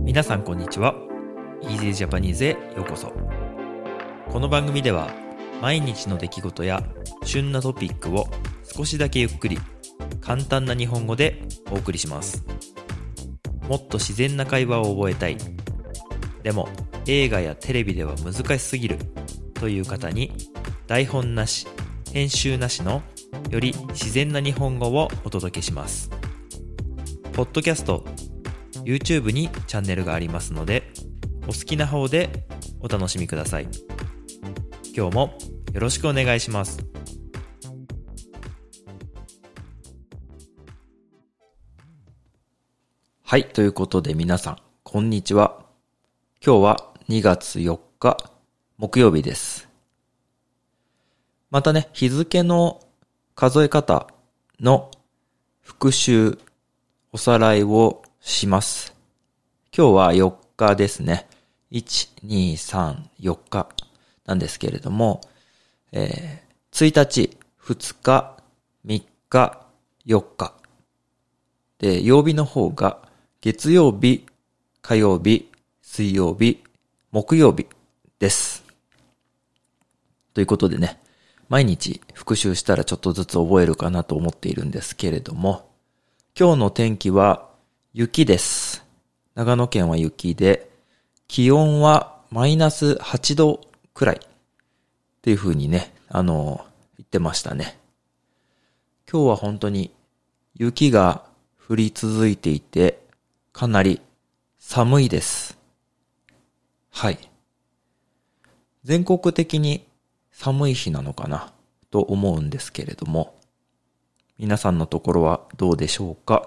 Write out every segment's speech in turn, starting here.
皆さんこんにちは。 Easy Japanese へようこそ。この番組では毎日の出来事や旬なトピックを少しだけゆっくり簡単な日本語でお送りします。もっと自然な会話を覚えたい、でも映画やテレビでは難しすぎるという方に、台本なし編集なしのより自然な日本語をお届けします。ポッドキャスト、YouTube にチャンネルがありますので、お好きな方でお楽しみください。今日もよろしくお願いします。はい、ということで皆さんこんにちは。今日は2月4日木曜日です。またね、日付の数え方の復習、おさらいをします。今日は4日ですね。1、2、3、4日なんですけれども、1日、2日、3日、4日。で、曜日の方が月曜日、火曜日、水曜日、木曜日です。ということでね、毎日復習したらちょっとずつ覚えるかなと思っているんですけれども、今日の天気は雪です。長野県は雪で、気温はマイナス8度くらいっていう風にね、言ってましたね。今日は本当に雪が降り続いていて、かなり寒いです。はい。全国的に寒い日なのかなと思うんですけれども、皆さんのところはどうでしょうか。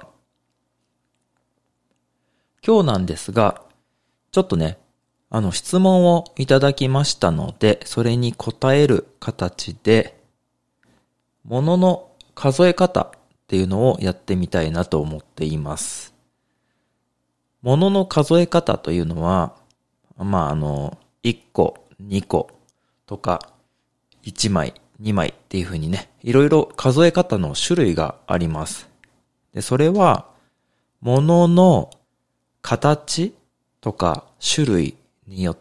今日なんですが、ちょっとね、質問をいただきましたので、それに答える形で、物の数え方っていうのをやってみたいなと思っています。物の数え方というのは、1個、2個とか、1枚、2枚っていう風にね、いろいろ数え方の種類があります。で、それは、物の形とか種類によって、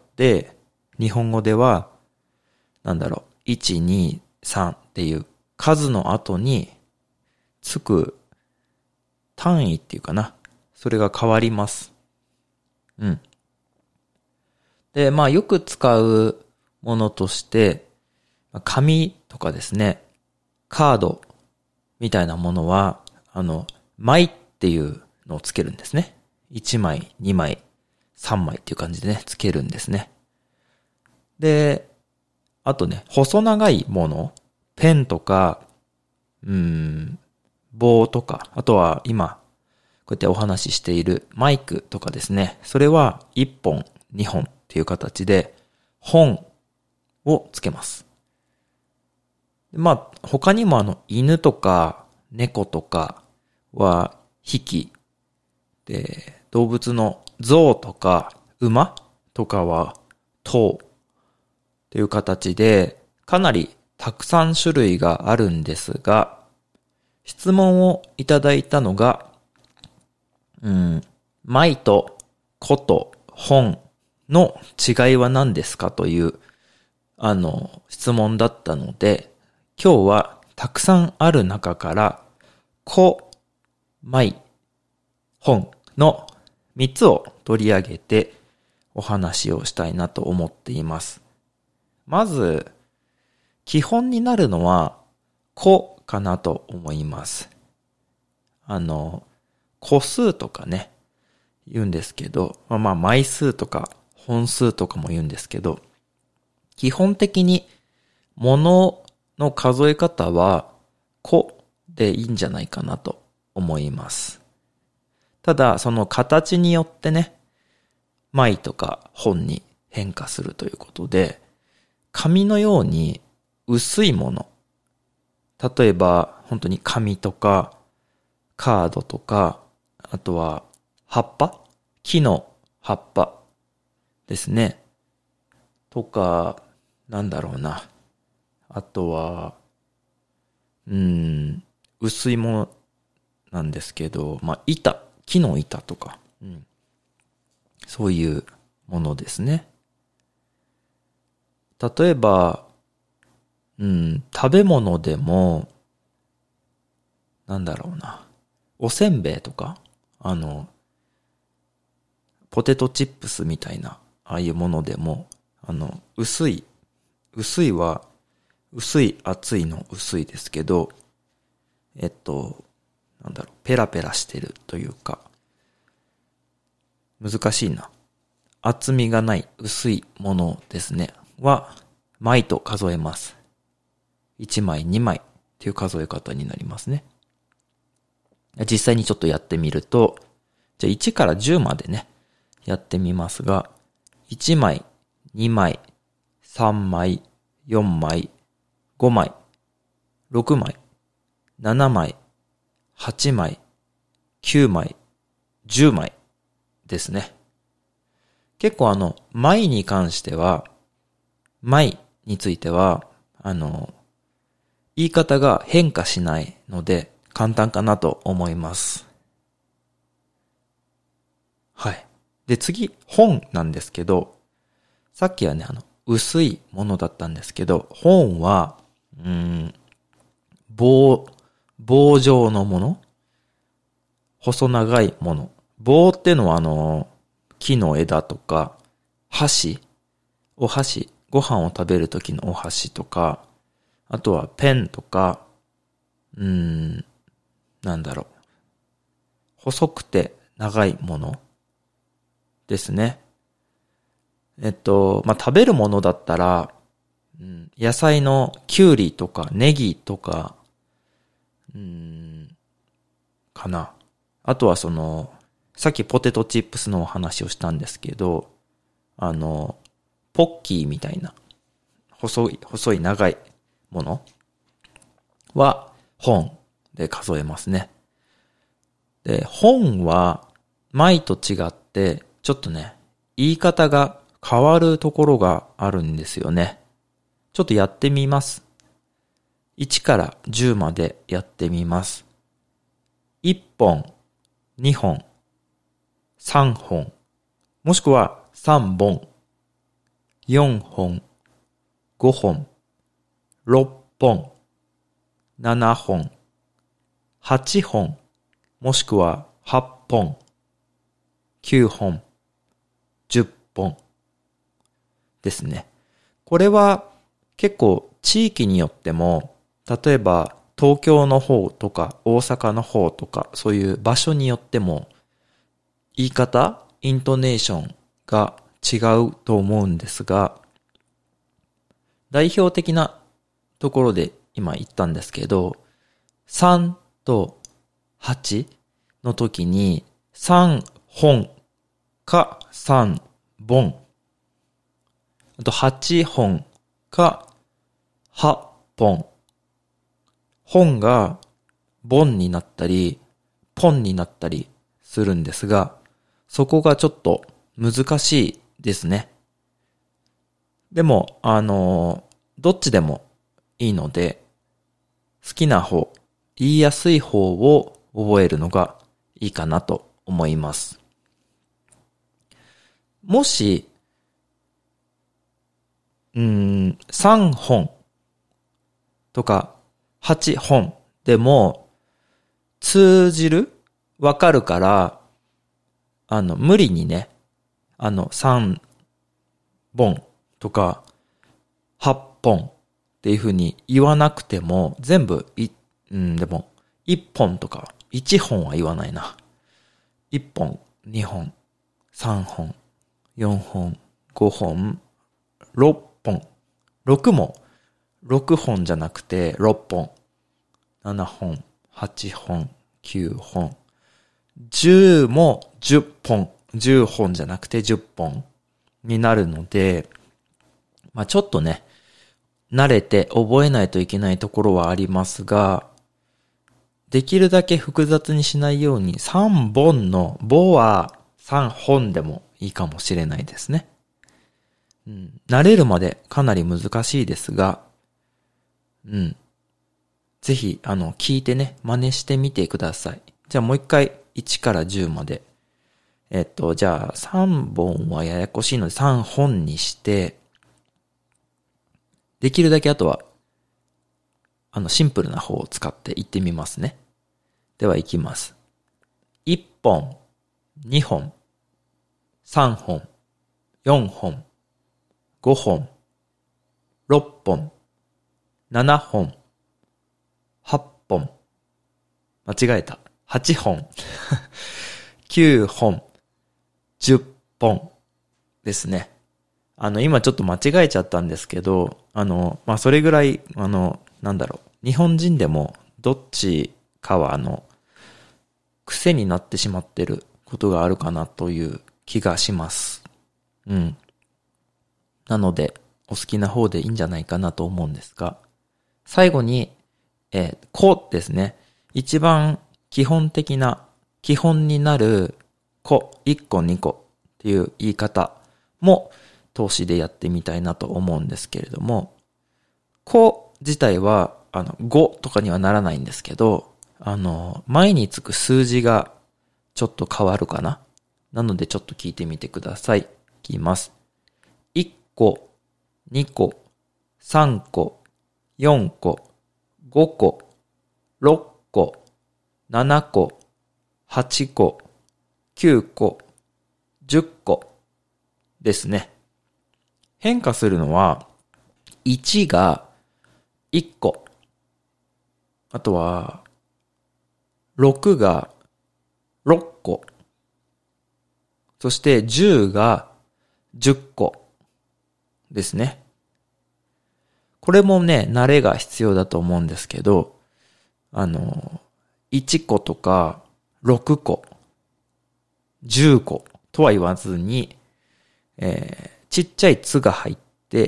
日本語では、1、2、3っていう数の後につく単位っていうかな。それが変わります。うん。で、よく使うものとして、紙とかですね、カードみたいなものは、枚っていうのをつけるんですね。1枚、2枚、3枚っていう感じでね、つけるんですね。で、あとね、細長いもの、ペンとか、棒とか、あとは今、こうやってお話ししているマイクとかですね、それは1本、2本っていう形で、本をつけます。他にも犬とか猫とかは匹で、動物の象とか馬とかは頭っていう形で、かなりたくさん種類があるんですが、質問をいただいたのが、枚と子と本の違いは何ですかという、質問だったので、今日はたくさんある中から、子、枚、本の3つを取り上げてお話をしたいなと思っています。まず、基本になるのは、個かなと思います。個数とかね、言うんですけど、枚数とか本数とかも言うんですけど、基本的に物の数え方は個でいいんじゃないかなと思います。ただ、その形によってね、枚とか本に変化するということで、紙のように薄いもの、例えば本当に紙とかカードとか、あとは葉っぱ、木の葉っぱですね。とか、あとは、薄いものなんですけど、木の板とか、 そういうものですね。例えば、食べ物でも、なんだろうな。おせんべいとか、ポテトチップスみたいな、ああいうものでも、薄いは、薄い、厚いの薄いですけど、なんだろう、ペラペラしてるというか、難しいな。厚みがない薄いものですね。は、枚と数えます。1枚、2枚っていう数え方になりますね。実際にちょっとやってみると、じゃあ1から10までね、やってみますが、1枚、2枚、3枚、4枚、5枚、6枚、7枚、8枚、9枚、10枚ですね。結構枚に関しては、枚については、言い方が変化しないので、簡単かなと思います。はい。で、次、本なんですけど、さっきはね、薄いものだったんですけど、本は、棒状のもの、細長いもの。棒ってのは木の枝とか、お箸、ご飯を食べる時のお箸とか、あとはペンとか、なんだろう。細くて長いものですね。食べるものだったら、野菜のきゅうりとかネギとか、かな。あとはさっきポテトチップスのお話をしたんですけど、ポッキーみたいな、細い長いものは本で数えますね。で、本は前と違って、ちょっとね、言い方が変わるところがあるんですよね。ちょっとやってみます。1から10までやってみます。1本、2本、3本、もしくは3本、4本、5本、6本、7本、8本、もしくは8本、9本、10本ですね。これは結構地域によっても、例えば東京の方とか大阪の方とかそういう場所によっても言い方、イントネーションが違うと思うんですが、代表的なところで今言ったんですけど、3と8の時に3本か3本、あと8本か8本。本がボンになったり、ポンになったりするんですが、そこがちょっと難しいですね。でも、どっちでもいいので、好きな方、言いやすい方を覚えるのがいいかなと思います。もし、3本とか8本でも通じる？わかるから、無理にね、3本とか8本っていう風に言わなくても、全部でも、1本とか、1本は言わないな。1本、2本、3本、4本、5本、6本。6も、6本じゃなくて6本。7本、8本、9本。10も10本。10本じゃなくて10本になるので、ちょっとね、慣れて覚えないといけないところはありますが、できるだけ複雑にしないように3本の棒は3本でもいいかもしれないですね。慣れるまでかなり難しいですが、ぜひ、聞いてね、真似してみてください。じゃあもう一回1から10までじゃあ3本はややこしいので3本にして、できるだけあとは、シンプルな方を使っていってみますね。では行きます。1本、2本、3本、4本、5本、6本、7本、8本、間違えた。8本、9本、10本ですね。今ちょっと間違えちゃったんですけど、それぐらい、日本人でもどっちかは癖になってしまってることがあるかなという気がします。うん。なので、お好きな方でいいんじゃないかなと思うんですが、最後に、個ですね。一番基本的な、基本になる個、1個2個っていう言い方も投資でやってみたいなと思うんですけれども、個自体は5とかにはならないんですけど、前につく数字がちょっと変わるかな。なのでちょっと聞いてみてください。いきます。1個、2個、3個、4個、5個、6個、7個、8個、9個、10個ですね。変化するのは、1が1個。あとは、6が6個。そして10が10個ですね。これもね、慣れが必要だと思うんですけど、1個とか6個、10個とは言わずに、ちっちゃいつが入って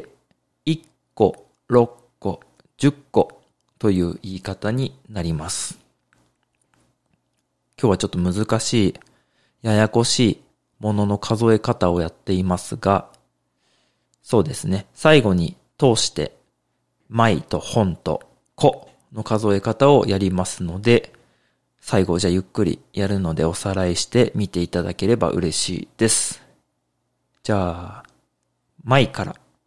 、1個、6個、10個という言い方になります。今日はちょっと難しい、ややこしいものの数え方をやっていますが、そうですね。最後に通して、枚と本と個の数え方をやりますので、最後じゃあゆっくりやるのでおさらいして見ていただければ嬉しいです。じゃあ、枚から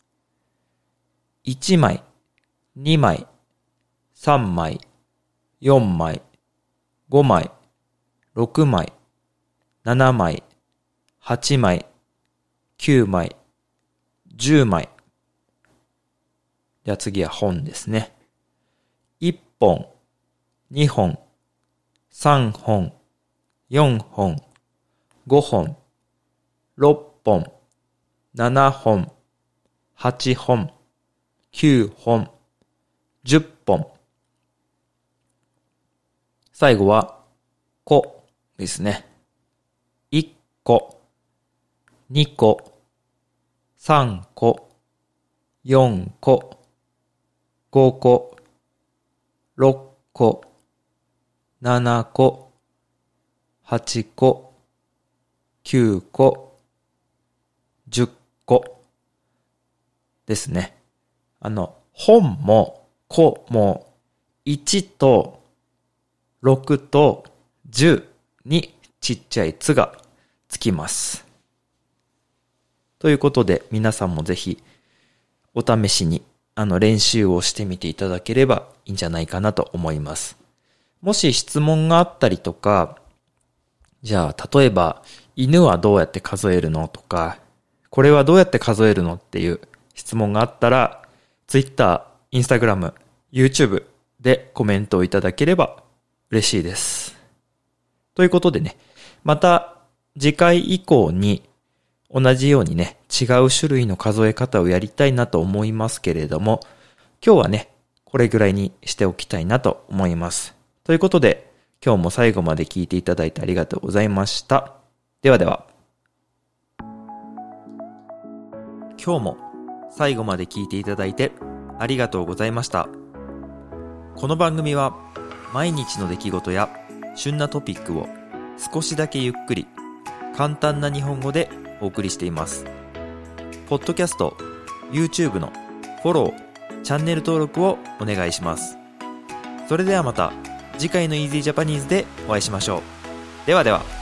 。1枚、2枚、3枚、4枚、5枚、6枚、7枚、8枚、9枚、10枚。じゃあ次は本ですね。1本、2本、3本、4本、5本、6本、7本、8本、9本、10本。最後は、個ですね。1個、2個、3個、4個、5個、6個、7個、8個、9個、10個ですね。本も個も1と6と10にちっちゃいつがつきます。ということで皆さんもぜひお試しに練習をしてみていただければいいんじゃないかなと思います。もし質問があったりとか、じゃあ例えば犬はどうやって数えるのとか、これはどうやって数えるのっていう質問があったら、Twitter、Instagram、YouTube でコメントをいただければ嬉しいです。ということでね、また次回以降に同じようにね、違う種類の数え方をやりたいなと思いますけれども、今日はね、これぐらいにしておきたいなと思います。ということで、今日も最後まで聞いていただいてありがとうございました。ではでは。今日も最後まで聞いていただいてありがとうございました。この番組は毎日の出来事や旬なトピックを少しだけゆっくり簡単な日本語でお送りしています。ポッドキャスト、YouTube のフォロー、チャンネル登録をお願いします。それではまた次回の Easy Japanese でお会いしましょう。ではでは。